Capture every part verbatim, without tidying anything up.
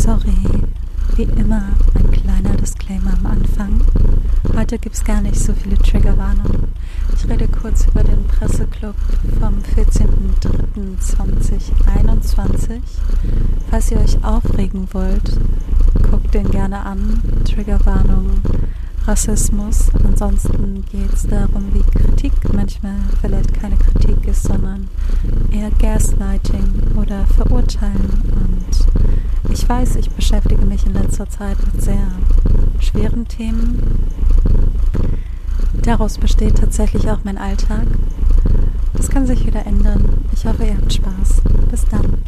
Sorry, wie immer ein kleiner Disclaimer am Anfang. Heute gibt es gar nicht so viele Triggerwarnungen. Ich rede kurz über den Presseclub vom vierzehnten dritten zweitausendeinundzwanzig. Falls ihr euch aufregen wollt, guckt den gerne an. Triggerwarnung, Rassismus. Ansonsten geht es darum, wie Kritik manchmal vielleicht keine Kritik ist, sondern eher Gaslighting oder Verurteilen. Und ich weiß, ich beschäftige mich in letzter Zeit mit sehr schweren Themen. Daraus besteht tatsächlich auch mein Alltag. Das kann sich wieder ändern. Ich hoffe, ihr habt Spaß. Bis dann.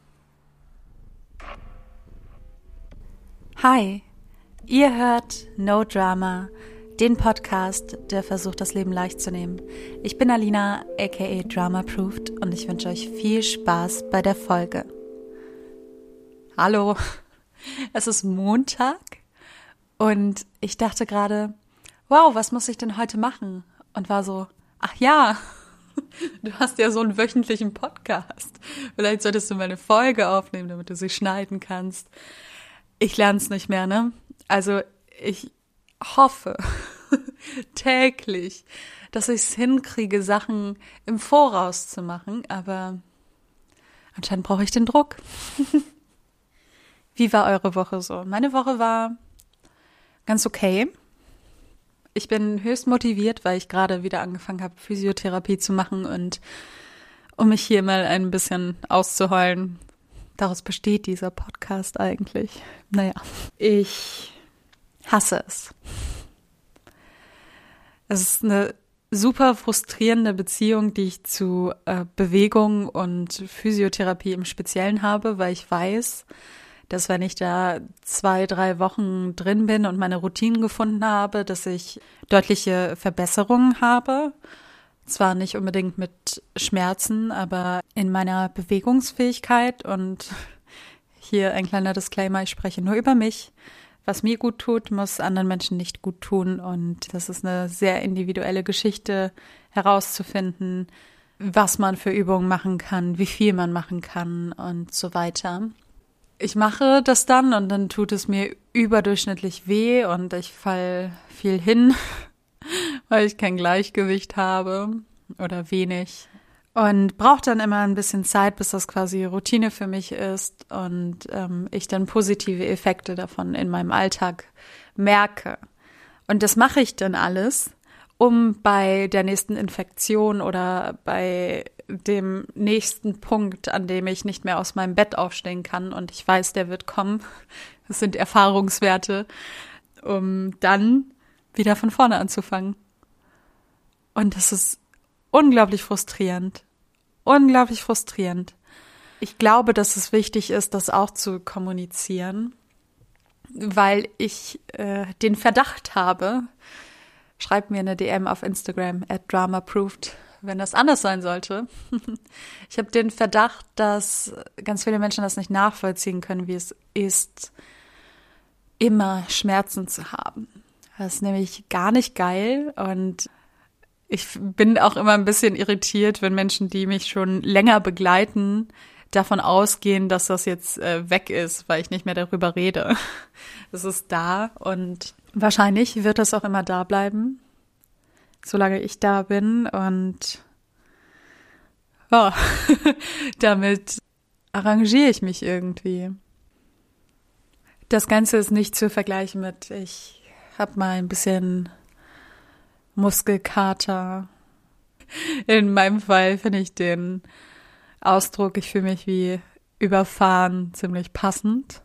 Hi, ihr hört No Drama, den Podcast, der versucht, das Leben leicht zu nehmen. Ich bin Alina, aka Drama Proofed, und ich wünsche euch viel Spaß bei der Folge. Hallo, es ist Montag und ich dachte gerade, wow, was muss ich denn heute machen? Und war so, ach ja, du hast ja so einen wöchentlichen Podcast. Vielleicht solltest du mal eine Folge aufnehmen, damit du sie schneiden kannst. Ich lerne es nicht mehr, ne? Also ich hoffe täglich, dass ich es hinkriege, Sachen im Voraus zu machen, aber anscheinend brauche ich den Druck. Wie war eure Woche so? Meine Woche war ganz okay. Ich bin höchst motiviert, weil ich gerade wieder angefangen habe, Physiotherapie zu machen und um mich hier mal ein bisschen auszuheulen. Daraus besteht dieser Podcast eigentlich. Naja, ich hasse es. Es ist eine super frustrierende Beziehung, die ich zu äh, Bewegung und Physiotherapie im Speziellen habe, weil ich weiß, dass wenn ich da zwei, drei Wochen drin bin und meine Routinen gefunden habe, dass ich deutliche Verbesserungen habe. Zwar nicht unbedingt mit Schmerzen, aber in meiner Bewegungsfähigkeit. Und hier ein kleiner Disclaimer, ich spreche nur über mich. Was mir gut tut, muss anderen Menschen nicht gut tun. Und das ist eine sehr individuelle Geschichte, herauszufinden, was man für Übungen machen kann, wie viel man machen kann und so weiter. Ich mache das dann und dann tut es mir überdurchschnittlich weh und ich falle viel hin, weil ich kein Gleichgewicht habe oder wenig. Und brauche dann immer ein bisschen Zeit, bis das quasi Routine für mich ist und ähm, ich dann positive Effekte davon in meinem Alltag merke. Und das mache ich dann alles, um bei der nächsten Infektion oder bei dem nächsten Punkt, an dem ich nicht mehr aus meinem Bett aufstehen kann und ich weiß, der wird kommen, das sind Erfahrungswerte, um dann wieder von vorne anzufangen. Und das ist unglaublich frustrierend. Unglaublich frustrierend. Ich glaube, dass es wichtig ist, das auch zu kommunizieren, weil ich äh, den Verdacht habe, schreibt mir eine D M auf Instagram at dramaproofed, wenn das anders sein sollte. Ich habe den Verdacht, dass ganz viele Menschen das nicht nachvollziehen können, wie es ist, immer Schmerzen zu haben. Das ist nämlich gar nicht geil und ich bin auch immer ein bisschen irritiert, wenn Menschen, die mich schon länger begleiten, davon ausgehen, dass das jetzt äh, weg ist, weil ich nicht mehr darüber rede. Es ist da und wahrscheinlich wird das auch immer da bleiben, solange ich da bin und ja, damit arrangiere ich mich irgendwie. Das Ganze ist nicht zu vergleichen mit, ich habe mal ein bisschen Muskelkater. In meinem Fall finde ich den Ausdruck, ich fühle mich wie überfahren, ziemlich passend.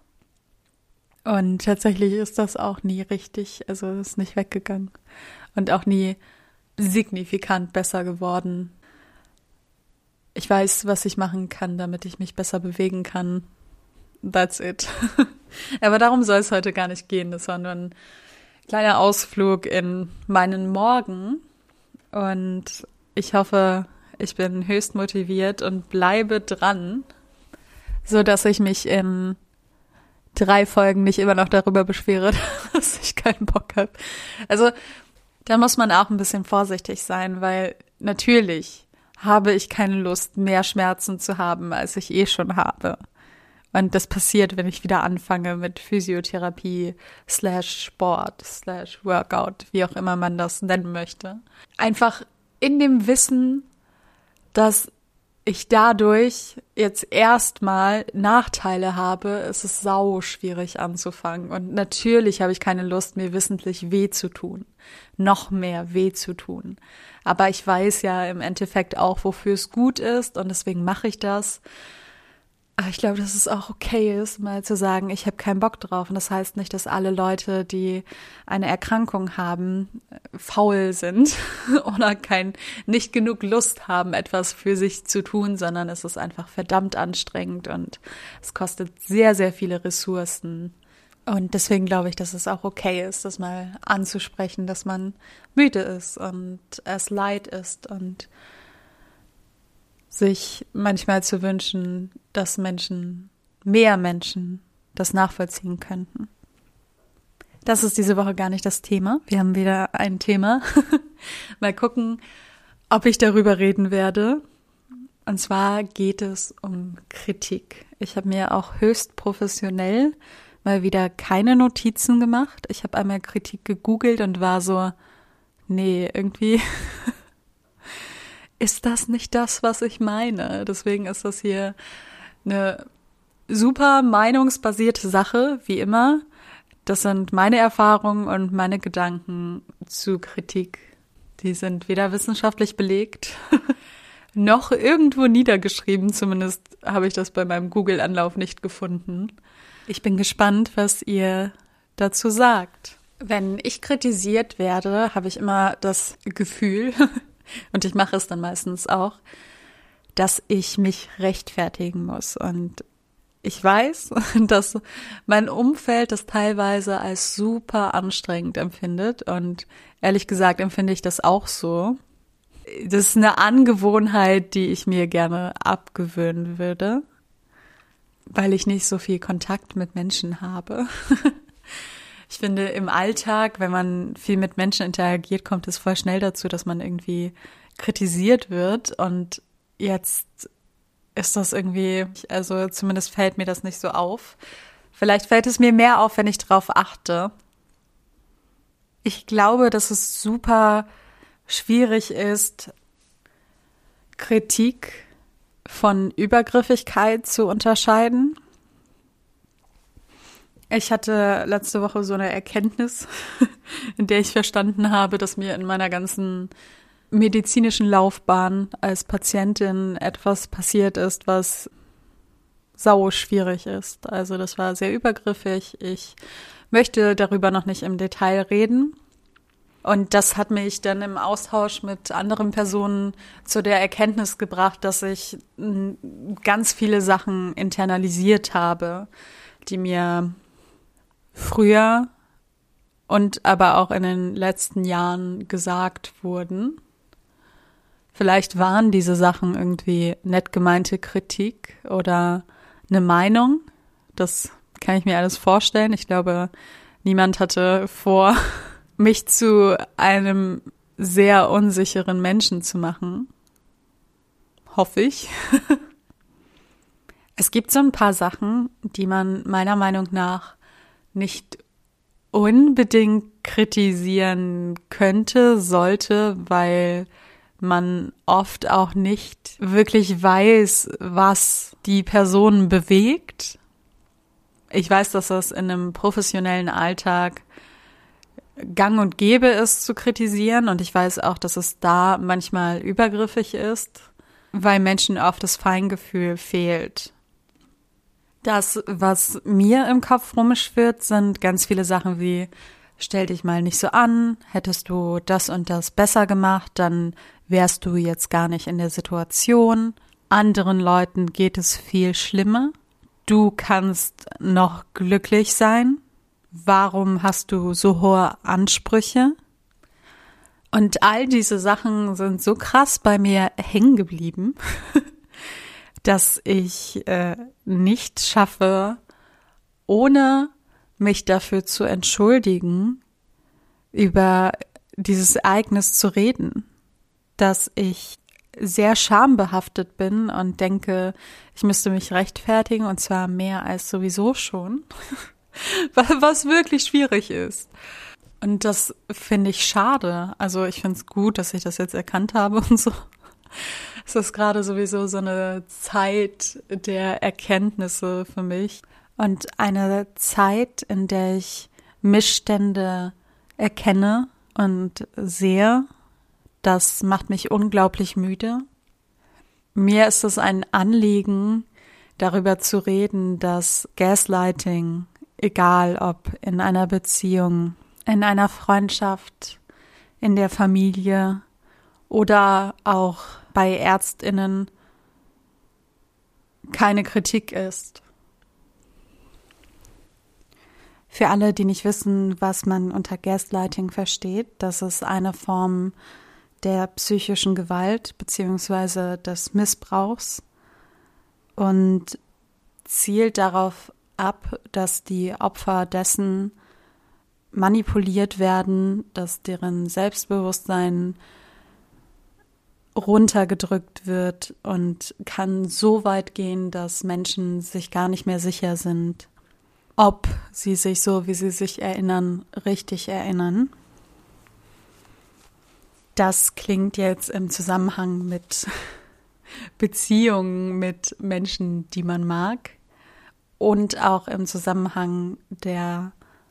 Und tatsächlich ist das auch nie richtig, also es ist nicht weggegangen und auch nie signifikant besser geworden. Ich weiß, was ich machen kann, damit ich mich besser bewegen kann. That's it. Aber darum soll es heute gar nicht gehen. Das war nur ein kleiner Ausflug in meinen Morgen. Und ich hoffe, ich bin höchst motiviert und bleibe dran, so dass ich mich in drei Folgen nicht immer noch darüber beschwere, dass ich keinen Bock habe. Also da muss man auch ein bisschen vorsichtig sein, weil natürlich habe ich keine Lust, mehr Schmerzen zu haben, als ich eh schon habe. Und das passiert, wenn ich wieder anfange mit Physiotherapie slash Sport slash Workout, wie auch immer man das nennen möchte. Einfach in dem Wissen, dass ich dadurch jetzt erstmal Nachteile habe, ist es sau schwierig anzufangen. Und natürlich habe ich keine Lust, mir wissentlich weh zu tun. Noch mehr weh zu tun. Aber ich weiß ja im Endeffekt auch, wofür es gut ist und deswegen mache ich das. Aber ich glaube, dass es auch okay ist, mal zu sagen, ich habe keinen Bock drauf. Und das heißt nicht, dass alle Leute, die eine Erkrankung haben, faul sind oder kein, nicht genug Lust haben, etwas für sich zu tun, sondern es ist einfach verdammt anstrengend und es kostet sehr, sehr viele Ressourcen. Und deswegen glaube ich, dass es auch okay ist, das mal anzusprechen, dass man müde ist und es leid ist und sich manchmal zu wünschen, dass Menschen, mehr Menschen das nachvollziehen könnten. Das ist diese Woche gar nicht das Thema. Wir haben wieder ein Thema. Mal gucken, ob ich darüber reden werde. Und zwar geht es um Kritik. Ich habe mir auch höchst professionell mal wieder keine Notizen gemacht. Ich habe einmal Kritik gegoogelt und war so, nee, irgendwie ist das nicht das, was ich meine. Deswegen ist das hier eine super meinungsbasierte Sache, wie immer. Das sind meine Erfahrungen und meine Gedanken zu Kritik. Die sind weder wissenschaftlich belegt, noch irgendwo niedergeschrieben. Zumindest habe ich das bei meinem Google-Anlauf nicht gefunden. Ich bin gespannt, was ihr dazu sagt. Wenn ich kritisiert werde, habe ich immer das Gefühl, und ich mache es dann meistens auch, dass ich mich rechtfertigen muss. Und ich weiß, dass mein Umfeld das teilweise als super anstrengend empfindet. Und ehrlich gesagt empfinde ich das auch so. Das ist eine Angewohnheit, die ich mir gerne abgewöhnen würde, weil ich nicht so viel Kontakt mit Menschen habe. Ich finde, im Alltag, wenn man viel mit Menschen interagiert, kommt es voll schnell dazu, dass man irgendwie kritisiert wird. Und jetzt ist das irgendwie, also zumindest fällt mir das nicht so auf. Vielleicht fällt es mir mehr auf, wenn ich drauf achte. Ich glaube, dass es super schwierig ist, Kritik von Übergriffigkeit zu unterscheiden. Ich hatte letzte Woche so eine Erkenntnis, in der ich verstanden habe, dass mir in meiner ganzen medizinischen Laufbahn als Patientin etwas passiert ist, was sau schwierig ist. Also das war sehr übergriffig. Ich möchte darüber noch nicht im Detail reden. Und das hat mich dann im Austausch mit anderen Personen zu der Erkenntnis gebracht, dass ich ganz viele Sachen internalisiert habe, die mir früher und aber auch in den letzten Jahren gesagt wurden. Vielleicht waren diese Sachen irgendwie nett gemeinte Kritik oder eine Meinung. Das kann ich mir alles vorstellen. Ich glaube, niemand hatte vor, mich zu einem sehr unsicheren Menschen zu machen. Hoffe ich. Es gibt so ein paar Sachen, die man meiner Meinung nach nicht unbedingt kritisieren könnte, sollte, weil man oft auch nicht wirklich weiß, was die Person bewegt. Ich weiß, dass das in einem professionellen Alltag gang und gäbe ist, zu kritisieren. Und ich weiß auch, dass es da manchmal übergriffig ist, weil Menschen oft das Feingefühl fehlt. Das, was mir im Kopf rumschwirrt, sind ganz viele Sachen wie, stell dich mal nicht so an, hättest du das und das besser gemacht, dann wärst du jetzt gar nicht in der Situation. Anderen Leuten geht es viel schlimmer. Du kannst noch glücklich sein. Warum hast du so hohe Ansprüche? Und all diese Sachen sind so krass bei mir hängen geblieben, dass ich äh, nicht schaffe, ohne mich dafür zu entschuldigen, über dieses Ereignis zu reden, dass ich sehr schambehaftet bin und denke, ich müsste mich rechtfertigen und zwar mehr als sowieso schon, was wirklich schwierig ist. Und das finde ich schade. Also ich finde es gut, dass ich das jetzt erkannt habe und so. Es ist gerade sowieso so eine Zeit der Erkenntnisse für mich und eine Zeit, in der ich Missstände erkenne und sehe. Das macht mich unglaublich müde. Mir ist es ein Anliegen, darüber zu reden, dass Gaslighting, egal ob in einer Beziehung, in einer Freundschaft, in der Familie oder auch bei ÄrztInnen, keine Kritik ist. Für alle, die nicht wissen, was man unter Gaslighting versteht, das ist eine Form der psychischen Gewalt bzw. des Missbrauchs und zielt darauf ab, dass die Opfer dessen manipuliert werden, dass deren Selbstbewusstsein runtergedrückt wird und kann so weit gehen, dass Menschen sich gar nicht mehr sicher sind, ob sie sich so, wie sie sich erinnern, richtig erinnern. Das klingt jetzt im Zusammenhang mit Beziehungen mit Menschen, die man mag und auch im Zusammenhang der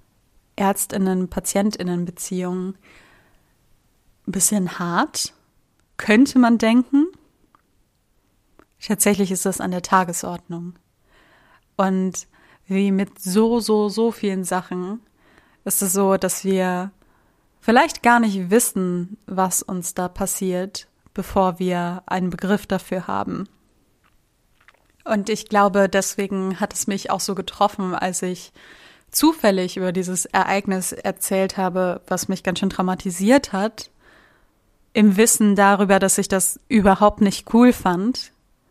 ÄrztInnen-PatientInnen-Beziehung ein bisschen hart, könnte man denken. Tatsächlich ist das an der Tagesordnung. Und wie mit so, so, so vielen Sachen ist es so, dass wir vielleicht gar nicht wissen, was uns da passiert, bevor wir einen Begriff dafür haben. Und ich glaube, deswegen hat es mich auch so getroffen, als ich zufällig über dieses Ereignis erzählt habe, was mich ganz schön traumatisiert hat, im Wissen darüber, dass ich das überhaupt nicht cool fand,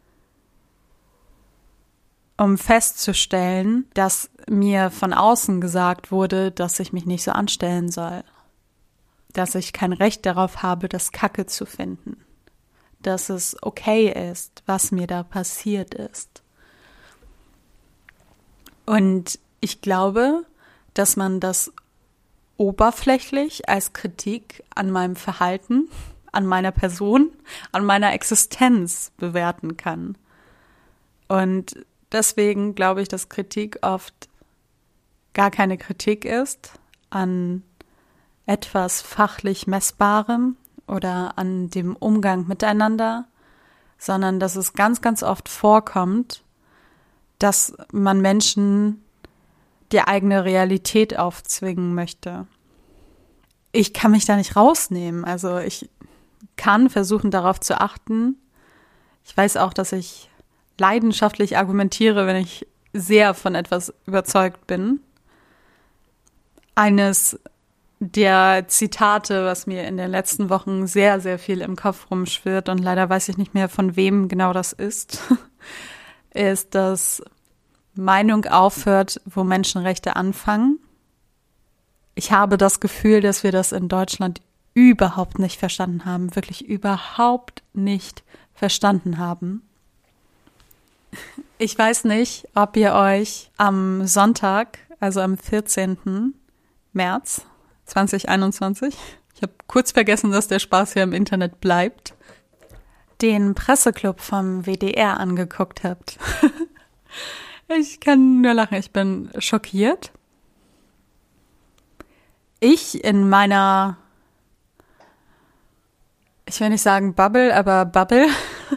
um festzustellen, dass mir von außen gesagt wurde, dass ich mich nicht so anstellen soll, dass ich kein Recht darauf habe, das Kacke zu finden, dass es okay ist, was mir da passiert ist. Und ich glaube, dass man das oberflächlich als Kritik an meinem Verhalten, an meiner Person, an meiner Existenz bewerten kann. Und deswegen glaube ich, dass Kritik oft gar keine Kritik ist an etwas fachlich Messbarem oder an dem Umgang miteinander, sondern dass es ganz, ganz oft vorkommt, dass man Menschen die eigene Realität aufzwingen möchte. Ich kann mich da nicht rausnehmen. Also ich kann versuchen, darauf zu achten. Ich weiß auch, dass ich leidenschaftlich argumentiere, wenn ich sehr von etwas überzeugt bin. Eines der Zitate, was mir in den letzten Wochen sehr, sehr viel im Kopf rumschwirrt und leider weiß ich nicht mehr, von wem genau das ist, ist, dass Meinung aufhört, wo Menschenrechte anfangen. Ich habe das Gefühl, dass wir das in Deutschland überhaupt nicht verstanden haben, wirklich überhaupt nicht verstanden haben. Ich weiß nicht, ob ihr euch am Sonntag, also am vierzehnten März zweitausendeinundzwanzig, ich habe kurz vergessen, dass der Spaß hier im Internet bleibt, den Presseclub vom W D R angeguckt habt. Ich kann nur lachen, ich bin schockiert. Ich in meiner, ich will nicht sagen Bubble, aber Bubble,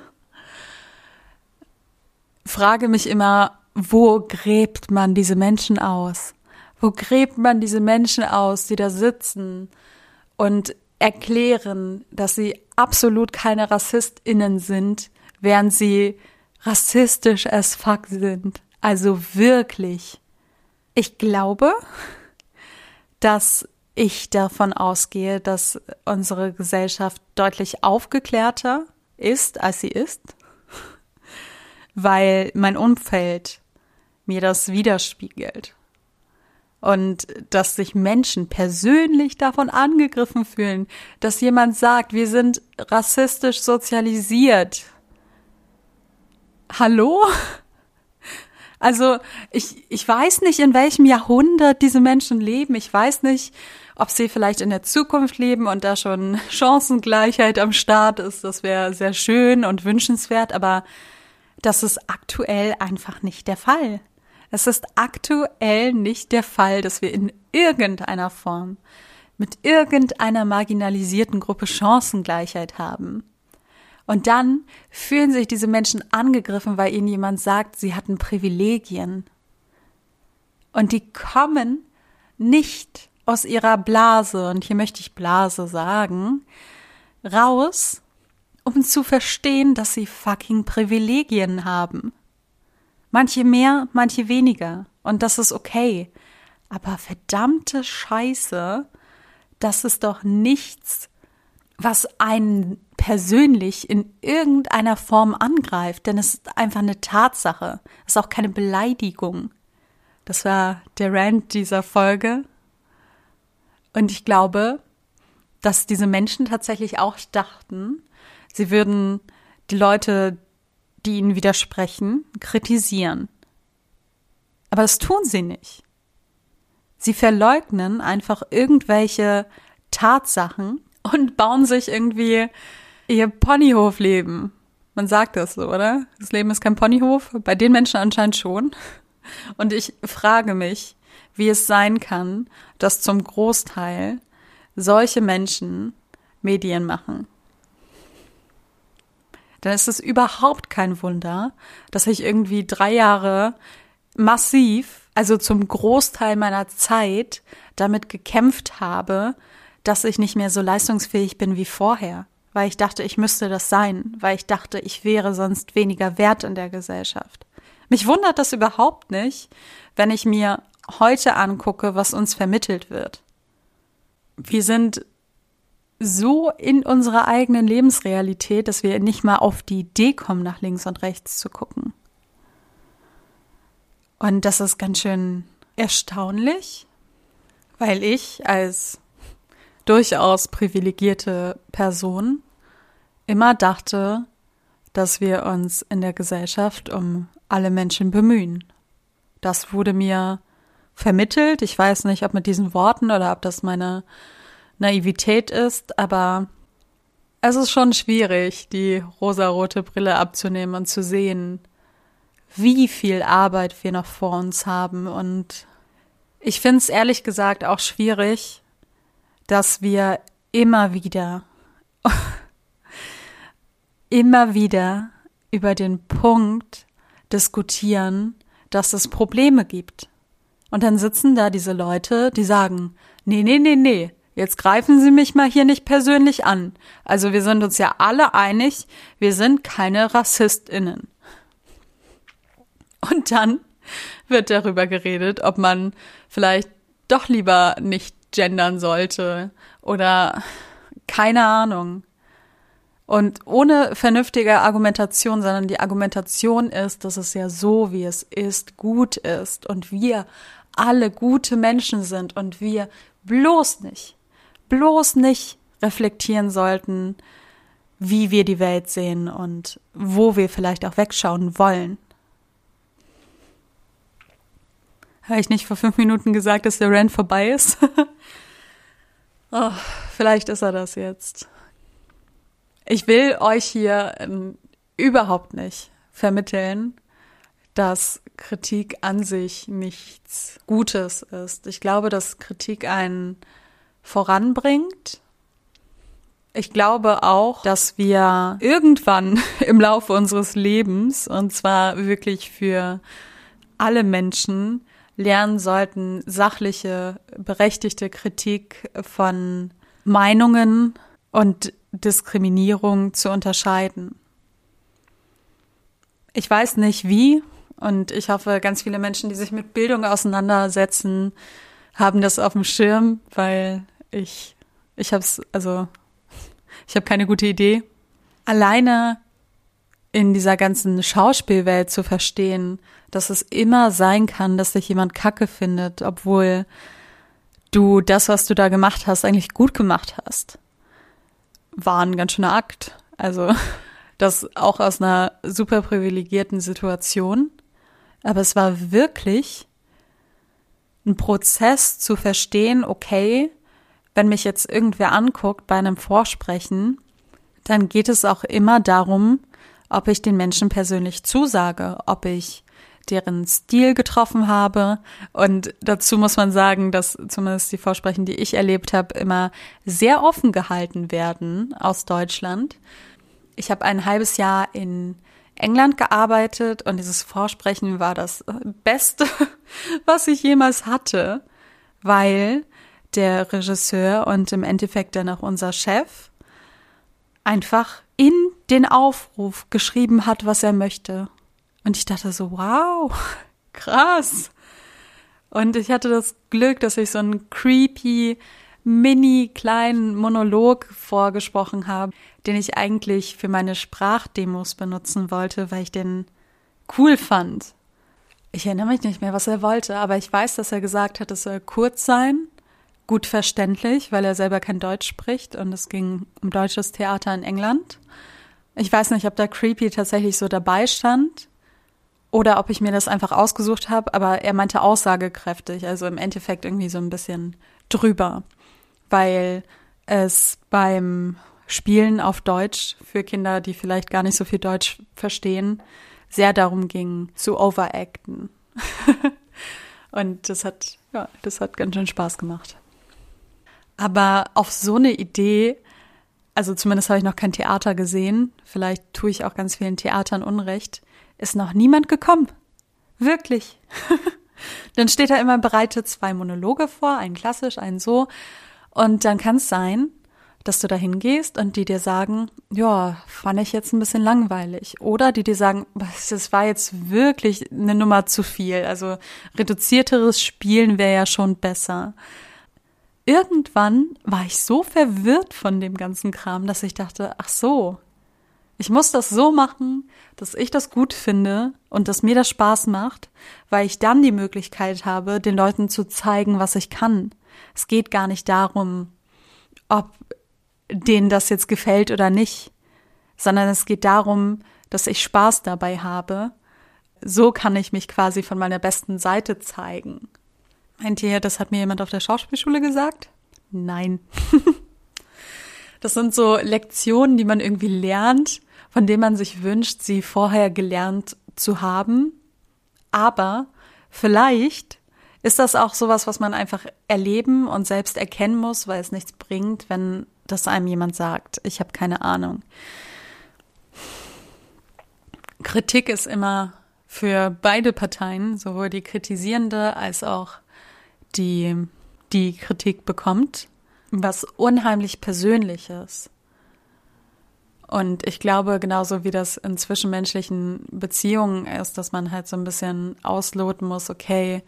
frage mich immer, wo gräbt man diese Menschen aus? Wo gräbt man diese Menschen aus, die da sitzen und erklären, dass sie absolut keine RassistInnen sind, während sie rassistisch as fuck sind? Also wirklich. Ich glaube, dass ich davon ausgehe, dass unsere Gesellschaft deutlich aufgeklärter ist, als sie ist, weil mein Umfeld mir das widerspiegelt. Und dass sich Menschen persönlich davon angegriffen fühlen, dass jemand sagt, wir sind rassistisch sozialisiert. Hallo? Also ich, ich weiß nicht, in welchem Jahrhundert diese Menschen leben. Ich weiß nicht, ob sie vielleicht in der Zukunft leben und da schon Chancengleichheit am Start ist. Das wäre sehr schön und wünschenswert, aber das ist aktuell einfach nicht der Fall. Es ist aktuell nicht der Fall, dass wir in irgendeiner Form mit irgendeiner marginalisierten Gruppe Chancengleichheit haben. Und dann fühlen sich diese Menschen angegriffen, weil ihnen jemand sagt, sie hatten Privilegien. Und die kommen nicht aus ihrer Blase, und hier möchte ich Blase sagen, raus, um zu verstehen, dass sie fucking Privilegien haben. Manche mehr, manche weniger. Und das ist okay. Aber verdammte Scheiße, das ist doch nichts, was einen persönlich in irgendeiner Form angreift. Denn es ist einfach eine Tatsache. Es ist auch keine Beleidigung. Das war der Rant dieser Folge. Und ich glaube, dass diese Menschen tatsächlich auch dachten, sie würden die Leute, die ihnen widersprechen, kritisieren. Aber das tun sie nicht. Sie verleugnen einfach irgendwelche Tatsachen und bauen sich irgendwie ihr Ponyhofleben. Man sagt das so, oder? Das Leben ist kein Ponyhof. Bei den Menschen anscheinend schon. Und ich frage mich, wie es sein kann, dass zum Großteil solche Menschen Medien machen. Dann ist es überhaupt kein Wunder, dass ich irgendwie drei Jahre massiv, also zum Großteil meiner Zeit, damit gekämpft habe, dass ich nicht mehr so leistungsfähig bin wie vorher, weil ich dachte, ich müsste das sein, weil ich dachte, ich wäre sonst weniger wert in der Gesellschaft. Mich wundert das überhaupt nicht, wenn ich mir heute angucke, was uns vermittelt wird. Wir sind so in unserer eigenen Lebensrealität, dass wir nicht mal auf die Idee kommen, nach links und rechts zu gucken. Und das ist ganz schön erstaunlich, weil ich als durchaus privilegierte Person immer dachte, dass wir uns in der Gesellschaft um alle Menschen bemühen. Das wurde mir vermittelt. Ich weiß nicht, ob mit diesen Worten oder ob das meine Naivität ist, aber es ist schon schwierig, die rosarote Brille abzunehmen und zu sehen, wie viel Arbeit wir noch vor uns haben. Und ich finde es ehrlich gesagt auch schwierig, dass wir immer wieder, immer wieder über den Punkt diskutieren, dass es Probleme gibt. Und dann sitzen da diese Leute, die sagen, nee, nee, nee, nee, jetzt greifen Sie mich mal hier nicht persönlich an. Also wir sind uns ja alle einig, wir sind keine RassistInnen. Und dann wird darüber geredet, ob man vielleicht doch lieber nicht gendern sollte oder keine Ahnung. Und ohne vernünftige Argumentation, sondern die Argumentation ist, dass es ja so, wie es ist, gut ist und wir alle gute Menschen sind und wir bloß nicht, bloß nicht reflektieren sollten, wie wir die Welt sehen und wo wir vielleicht auch wegschauen wollen. Habe ich nicht vor fünf Minuten gesagt, dass der Rant vorbei ist? Oh, vielleicht ist er das jetzt. Ich will euch hier ähm, überhaupt nicht vermitteln, dass Kritik an sich nichts Gutes ist. Ich glaube, dass Kritik einen voranbringt. Ich glaube auch, dass wir irgendwann im Laufe unseres Lebens, und zwar wirklich für alle Menschen, lernen sollten, sachliche, berechtigte Kritik von Meinungen und Diskriminierung zu unterscheiden. Ich weiß nicht wie, und ich hoffe, ganz viele Menschen, die sich mit Bildung auseinandersetzen, haben das auf dem Schirm, weil ich, ich hab's, also, ich habe keine gute Idee. Alleine in dieser ganzen Schauspielwelt zu verstehen, dass es immer sein kann, dass dich jemand Kacke findet, obwohl du das, was du da gemacht hast, eigentlich gut gemacht hast, war ein ganz schöner Akt. Also das auch aus einer super privilegierten Situation. Aber es war wirklich ein Prozess zu verstehen, okay, wenn mich jetzt irgendwer anguckt bei einem Vorsprechen, dann geht es auch immer darum, ob ich den Menschen persönlich zusage, ob ich deren Stil getroffen habe. Und dazu muss man sagen, dass zumindest die Vorsprechen, die ich erlebt habe, immer sehr offen gehalten werden aus Deutschland. Ich habe ein halbes Jahr in England gearbeitet und dieses Vorsprechen war das Beste, was ich jemals hatte, weil der Regisseur und im Endeffekt dann auch unser Chef einfach in den Aufruf geschrieben hat, was er möchte. Und ich dachte so, wow, krass. Und ich hatte das Glück, dass ich so einen creepy, mini kleinen Monolog vorgesprochen habe, den ich eigentlich für meine Sprachdemos benutzen wollte, weil ich den cool fand. Ich erinnere mich nicht mehr, was er wollte, aber ich weiß, dass er gesagt hat, es soll kurz sein, gut verständlich, weil er selber kein Deutsch spricht und es ging um deutsches Theater in England. Ich weiß nicht, ob da creepy tatsächlich so dabei stand oder ob ich mir das einfach ausgesucht habe, aber er meinte aussagekräftig, also im Endeffekt irgendwie so ein bisschen drüber, weil es beim Spielen auf Deutsch für Kinder, die vielleicht gar nicht so viel Deutsch verstehen, sehr darum ging, zu overacten. Und das hat, ja, das hat ganz schön Spaß gemacht. Aber auf so eine Idee, also zumindest habe ich noch kein Theater gesehen, vielleicht tue ich auch ganz vielen Theatern Unrecht, ist noch niemand gekommen. Wirklich. Dann steht da immer bereitet zwei Monologe vor, einen klassisch, einen so. Und dann kann es sein, dass du da hingehst und die dir sagen, ja, fand ich jetzt ein bisschen langweilig. Oder die dir sagen, das war jetzt wirklich eine Nummer zu viel. Also reduzierteres Spielen wäre ja schon besser. Irgendwann war ich so verwirrt von dem ganzen Kram, dass ich dachte, ach so, ich muss das so machen, dass ich das gut finde und dass mir das Spaß macht, weil ich dann die Möglichkeit habe, den Leuten zu zeigen, was ich kann. Es geht gar nicht darum, ob denen das jetzt gefällt oder nicht, sondern es geht darum, dass ich Spaß dabei habe. So kann ich mich quasi von meiner besten Seite zeigen. Meint ihr, das hat mir jemand auf der Schauspielschule gesagt? Nein. Das sind so Lektionen, die man irgendwie lernt, von denen man sich wünscht, sie vorher gelernt zu haben. Aber vielleicht ist das auch sowas, was man einfach erleben und selbst erkennen muss, weil es nichts bringt, wenn das einem jemand sagt. Ich habe keine Ahnung. Kritik ist immer für beide Parteien, sowohl die Kritisierende als auch die, die Kritik bekommt, was unheimlich Persönliches. Und ich glaube, genauso wie das in zwischenmenschlichen Beziehungen ist, dass man halt so ein bisschen ausloten muss, okay,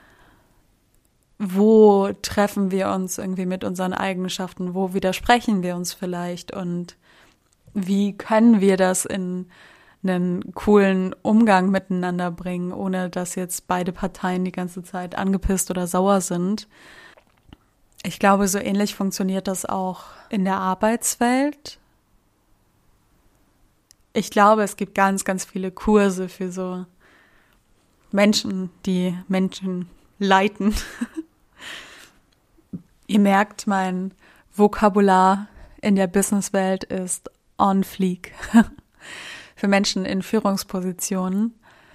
wo treffen wir uns irgendwie mit unseren Eigenschaften, wo widersprechen wir uns vielleicht und wie können wir das in einen coolen Umgang miteinander bringen, ohne dass jetzt beide Parteien die ganze Zeit angepisst oder sauer sind. Ich glaube, so ähnlich funktioniert das auch in der Arbeitswelt. Ich glaube, es gibt ganz, ganz viele Kurse für so Menschen, die Menschen leiten. Ihr merkt, mein Vokabular in der Businesswelt ist on fleek. Für Menschen in Führungspositionen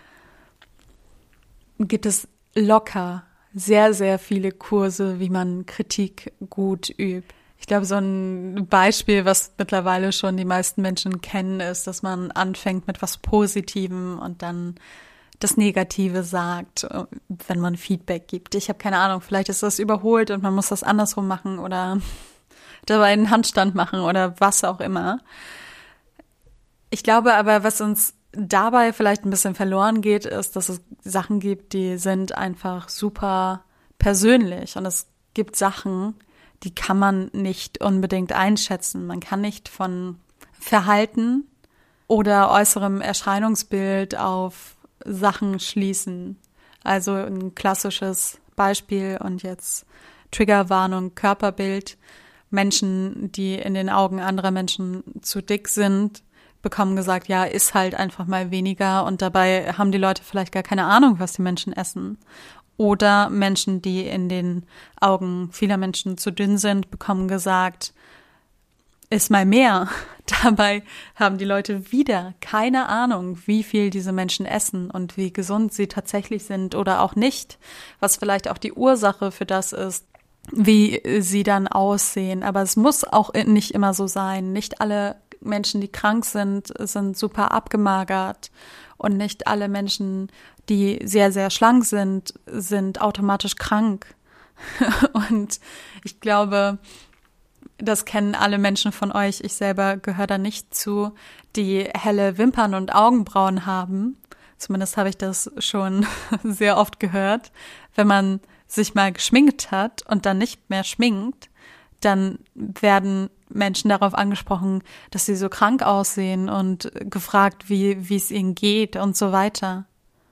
gibt es locker sehr, sehr viele Kurse, wie man Kritik gut übt. Ich glaube, so ein Beispiel, was mittlerweile schon die meisten Menschen kennen, ist, dass man anfängt mit was Positivem und dann das Negative sagt, wenn man Feedback gibt. Ich habe keine Ahnung, vielleicht ist das überholt und man muss das andersrum machen oder dabei einen Handstand machen oder was auch immer. Ich glaube aber, was uns dabei vielleicht ein bisschen verloren geht, ist, dass es Sachen gibt, die sind einfach super persönlich und es gibt Sachen, die kann man nicht unbedingt einschätzen. Man kann nicht von Verhalten oder äußerem Erscheinungsbild auf Sachen schließen. Also ein klassisches Beispiel und jetzt Triggerwarnung, Körperbild. Menschen, die in den Augen anderer Menschen zu dick sind, bekommen gesagt, ja, iss halt einfach mal weniger und dabei haben die Leute vielleicht gar keine Ahnung, was die Menschen essen. Oder Menschen, die in den Augen vieler Menschen zu dünn sind, bekommen gesagt, iss mal mehr. Dabei haben die Leute wieder keine Ahnung, wie viel diese Menschen essen und wie gesund sie tatsächlich sind oder auch nicht, was vielleicht auch die Ursache für das ist, wie sie dann aussehen. Aber es muss auch nicht immer so sein. Nicht alle Menschen, die krank sind, sind super abgemagert. Und nicht alle Menschen, die sehr, sehr schlank sind, sind automatisch krank. Und ich glaube, das kennen alle Menschen von euch. Ich selber gehöre da nicht zu, die helle Wimpern und Augenbrauen haben. Zumindest habe ich das schon sehr oft gehört. Wenn man sich mal geschminkt hat und dann nicht mehr schminkt, dann werden Menschen darauf angesprochen, dass sie so krank aussehen und gefragt, wie wie es ihnen geht und so weiter.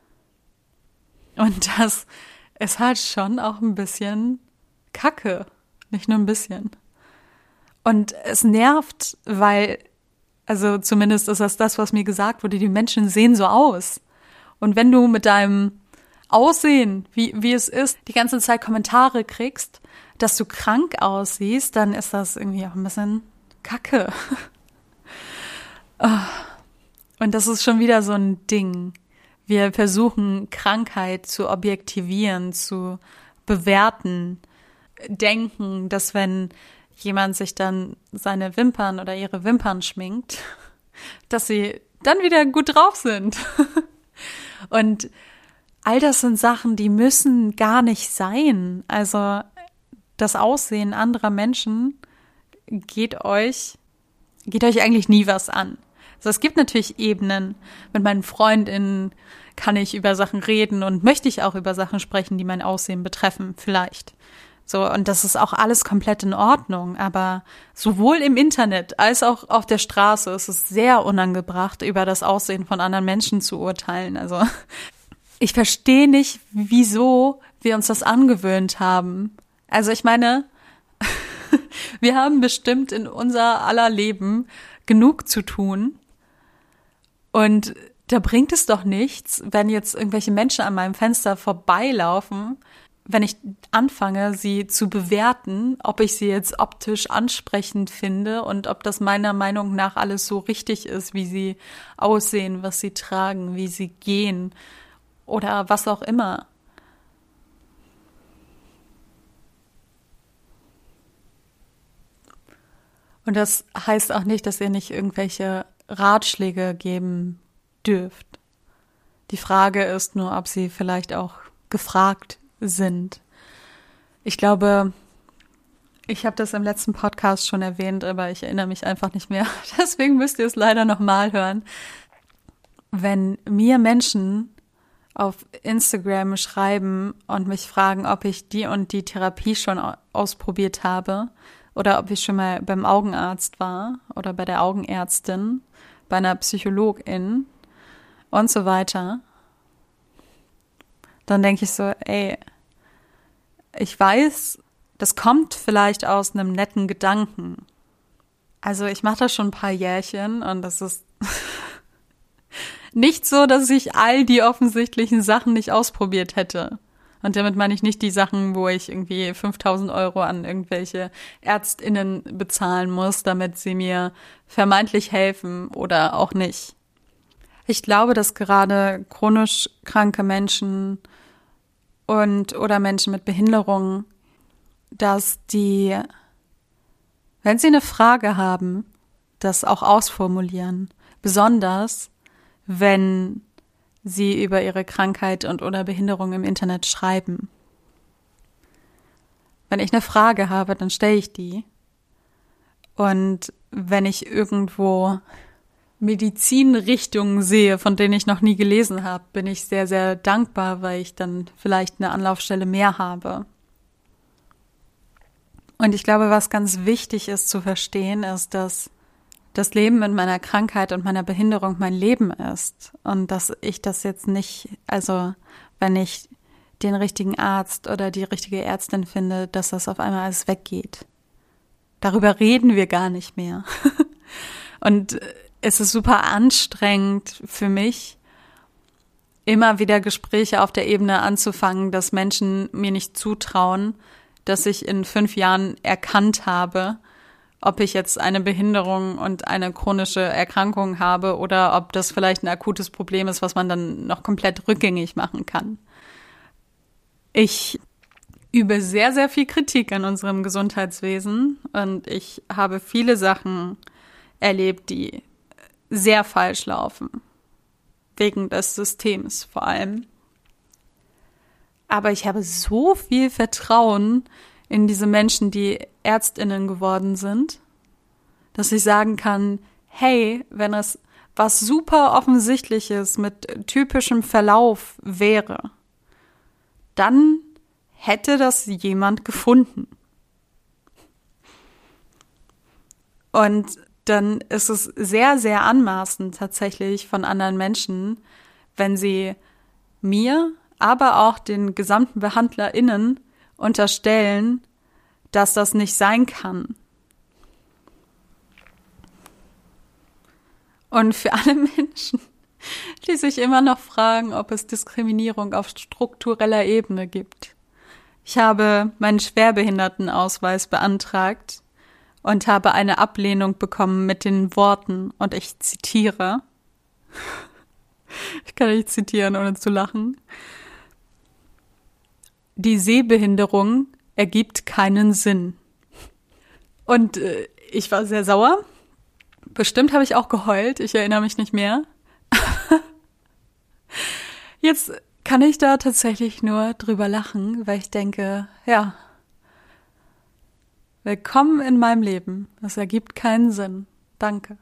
Und das ist halt schon auch ein bisschen Kacke, nicht nur ein bisschen. Und es nervt, weil, also zumindest ist das das, was mir gesagt wurde, die Menschen sehen so aus. Und wenn du mit deinem Aussehen, wie, wie es ist, die ganze Zeit Kommentare kriegst, dass du krank aussiehst, dann ist das irgendwie auch ein bisschen Kacke. Und das ist schon wieder so ein Ding. Wir versuchen, Krankheit zu objektivieren, zu bewerten, denken, dass wenn jemand sich dann seine Wimpern oder ihre Wimpern schminkt, dass sie dann wieder gut drauf sind. Und all das sind Sachen, die müssen gar nicht sein. Also das Aussehen anderer Menschen geht euch, geht euch eigentlich nie was an. Also es gibt natürlich Ebenen. Mit meinen FreundInnen kann ich über Sachen reden und möchte ich auch über Sachen sprechen, die mein Aussehen betreffen, vielleicht. So, und das ist auch alles komplett in Ordnung. Aber sowohl im Internet als auch auf der Straße ist es sehr unangebracht, über das Aussehen von anderen Menschen zu urteilen. Also ich verstehe nicht, wieso wir uns das angewöhnt haben. Also ich meine, wir haben bestimmt in unser aller Leben genug zu tun. Und da bringt es doch nichts, wenn jetzt irgendwelche Menschen an meinem Fenster vorbeilaufen, wenn ich anfange, sie zu bewerten, ob ich sie jetzt optisch ansprechend finde und ob das meiner Meinung nach alles so richtig ist, wie sie aussehen, was sie tragen, wie sie gehen oder was auch immer. Und das heißt auch nicht, dass ihr nicht irgendwelche Ratschläge geben dürft. Die Frage ist nur, ob sie vielleicht auch gefragt sind. Ich glaube, ich habe das im letzten Podcast schon erwähnt, aber ich erinnere mich einfach nicht mehr. Deswegen müsst ihr es leider nochmal hören. Wenn mir Menschen auf Instagram schreiben und mich fragen, ob ich die und die Therapie schon ausprobiert habe oder ob ich schon mal beim Augenarzt war oder bei der Augenärztin, bei einer Psychologin und so weiter, dann denke ich so, ey, ich weiß, das kommt vielleicht aus einem netten Gedanken. Also ich mache das schon ein paar Jährchen und das ist nicht so, dass ich all die offensichtlichen Sachen nicht ausprobiert hätte. Und damit meine ich nicht die Sachen, wo ich irgendwie fünftausend Euro an irgendwelche ÄrztInnen bezahlen muss, damit sie mir vermeintlich helfen oder auch nicht. Ich glaube, dass gerade chronisch kranke Menschen und oder Menschen mit Behinderungen, dass die, wenn sie eine Frage haben, das auch ausformulieren. Besonders, wenn sie über ihre Krankheit und oder Behinderung im Internet schreiben. Wenn ich eine Frage habe, dann stelle ich die. Und wenn ich irgendwo Medizinrichtungen sehe, von denen ich noch nie gelesen habe, bin ich sehr, sehr dankbar, weil ich dann vielleicht eine Anlaufstelle mehr habe. Und ich glaube, was ganz wichtig ist zu verstehen, ist, dass das Leben mit meiner Krankheit und meiner Behinderung mein Leben ist und dass ich das jetzt nicht, also wenn ich den richtigen Arzt oder die richtige Ärztin finde, dass das auf einmal alles weggeht. Darüber reden wir gar nicht mehr. Und es ist super anstrengend für mich, immer wieder Gespräche auf der Ebene anzufangen, dass Menschen mir nicht zutrauen, dass ich in fünf Jahren erkannt habe, ob ich jetzt eine Behinderung und eine chronische Erkrankung habe oder ob das vielleicht ein akutes Problem ist, was man dann noch komplett rückgängig machen kann. Ich übe sehr, sehr viel Kritik an unserem Gesundheitswesen und ich habe viele Sachen erlebt, die sehr falsch laufen. Wegen des Systems vor allem. Aber ich habe so viel Vertrauen in diese Menschen, die ÄrztInnen geworden sind, dass ich sagen kann, hey, wenn es was super Offensichtliches mit typischem Verlauf wäre, dann hätte das jemand gefunden. Und dann ist es sehr, sehr anmaßend tatsächlich von anderen Menschen, wenn sie mir, aber auch den gesamten BehandlerInnen unterstellen, dass das nicht sein kann. Und für alle Menschen, die sich immer noch fragen, ob es Diskriminierung auf struktureller Ebene gibt. Ich habe meinen Schwerbehindertenausweis beantragt und habe eine Ablehnung bekommen mit den Worten, und ich zitiere, ich kann nicht zitieren, ohne zu lachen: Die Sehbehinderung ergibt keinen Sinn. Und äh, ich war sehr sauer. Bestimmt habe ich auch geheult, ich erinnere mich nicht mehr. Jetzt kann ich da tatsächlich nur drüber lachen, weil ich denke, ja, willkommen in meinem Leben. Das ergibt keinen Sinn. Danke.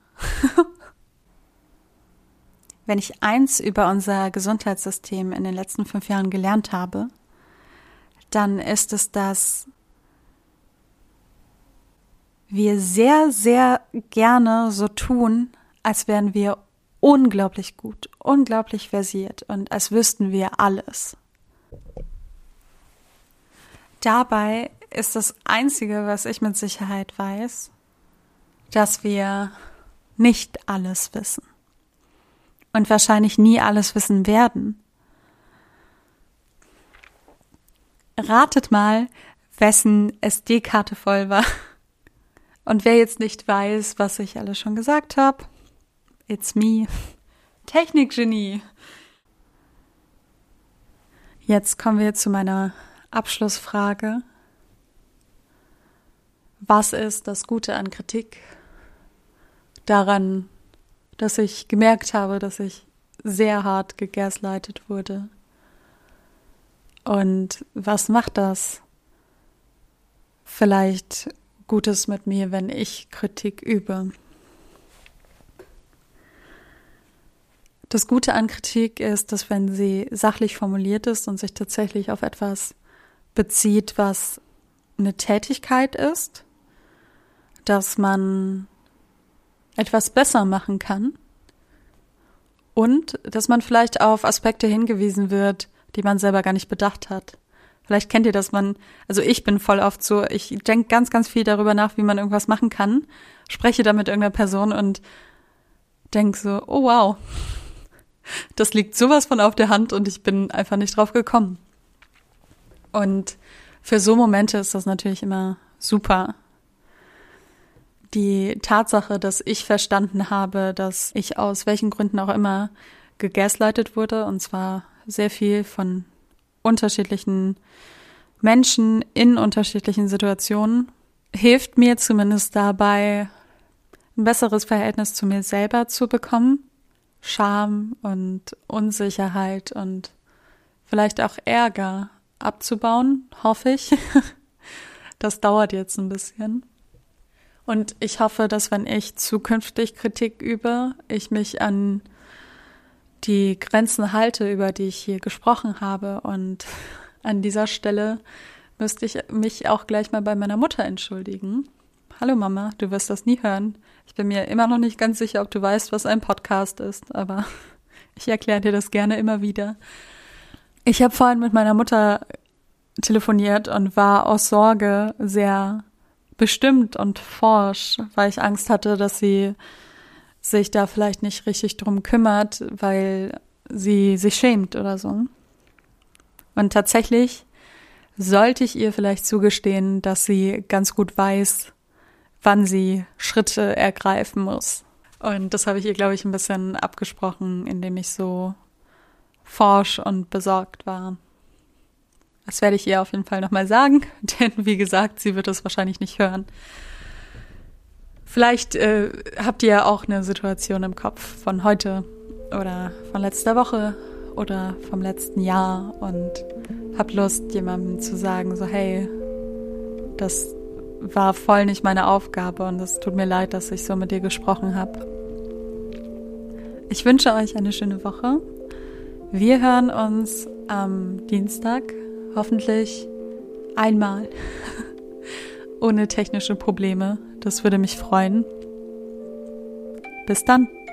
Wenn ich eins über unser Gesundheitssystem in den letzten fünf Jahren gelernt habe, dann ist es, dass wir sehr, sehr gerne so tun, als wären wir unglaublich gut, unglaublich versiert und als wüssten wir alles. Dabei ist das Einzige, was ich mit Sicherheit weiß, dass wir nicht alles wissen und wahrscheinlich nie alles wissen werden. Ratet mal, wessen S D-Karte voll war. Und wer jetzt nicht weiß, was ich alles schon gesagt habe, it's me. Technikgenie. Jetzt kommen wir zu meiner Abschlussfrage. Was ist das Gute an Kritik? Daran, dass ich gemerkt habe, dass ich sehr hart gegaslightet wurde. Und was macht das vielleicht Gutes mit mir, wenn ich Kritik übe? Das Gute an Kritik ist, dass wenn sie sachlich formuliert ist und sich tatsächlich auf etwas bezieht, was eine Tätigkeit ist, dass man etwas besser machen kann und dass man vielleicht auf Aspekte hingewiesen wird, die man selber gar nicht bedacht hat. Vielleicht kennt ihr das, man, also ich bin voll oft so, ich denke ganz, ganz viel darüber nach, wie man irgendwas machen kann, spreche da mit irgendeiner Person und denke so, oh wow, das liegt sowas von auf der Hand und ich bin einfach nicht drauf gekommen. Und für so Momente ist das natürlich immer super. Die Tatsache, dass ich verstanden habe, dass ich aus welchen Gründen auch immer gegaslightet wurde, und zwar sehr viel von unterschiedlichen Menschen in unterschiedlichen Situationen, hilft mir zumindest dabei, ein besseres Verhältnis zu mir selber zu bekommen, Scham und Unsicherheit und vielleicht auch Ärger abzubauen, hoffe ich. Das dauert jetzt ein bisschen. Und ich hoffe, dass wenn ich zukünftig Kritik übe, ich mich an die Grenzen halte, über die ich hier gesprochen habe. Und an dieser Stelle müsste ich mich auch gleich mal bei meiner Mutter entschuldigen. hallo Mama, du wirst das nie hören. Ich bin mir immer noch nicht ganz sicher, ob du weißt, was ein Podcast ist, aber ich erkläre dir das gerne immer wieder. Ich habe vorhin mit meiner Mutter telefoniert und war aus Sorge sehr bestimmt und forsch, weil ich Angst hatte, dass sie sich da vielleicht nicht richtig drum kümmert, weil sie sich schämt oder so. Und tatsächlich sollte ich ihr vielleicht zugestehen, dass sie ganz gut weiß, wann sie Schritte ergreifen muss. Und das habe ich ihr, glaube ich, ein bisschen abgesprochen, indem ich so forsch und besorgt war. Das werde ich ihr auf jeden Fall nochmal sagen, denn wie gesagt, sie wird es wahrscheinlich nicht hören. Vielleicht äh, habt ihr ja auch eine Situation im Kopf von heute oder von letzter Woche oder vom letzten Jahr und habt Lust, jemandem zu sagen, so hey, das war voll nicht meine Aufgabe und es tut mir leid, dass ich so mit dir gesprochen habe. Ich wünsche euch eine schöne Woche. Wir hören uns am Dienstag, hoffentlich einmal, ohne technische Probleme. Das würde mich freuen. Bis dann.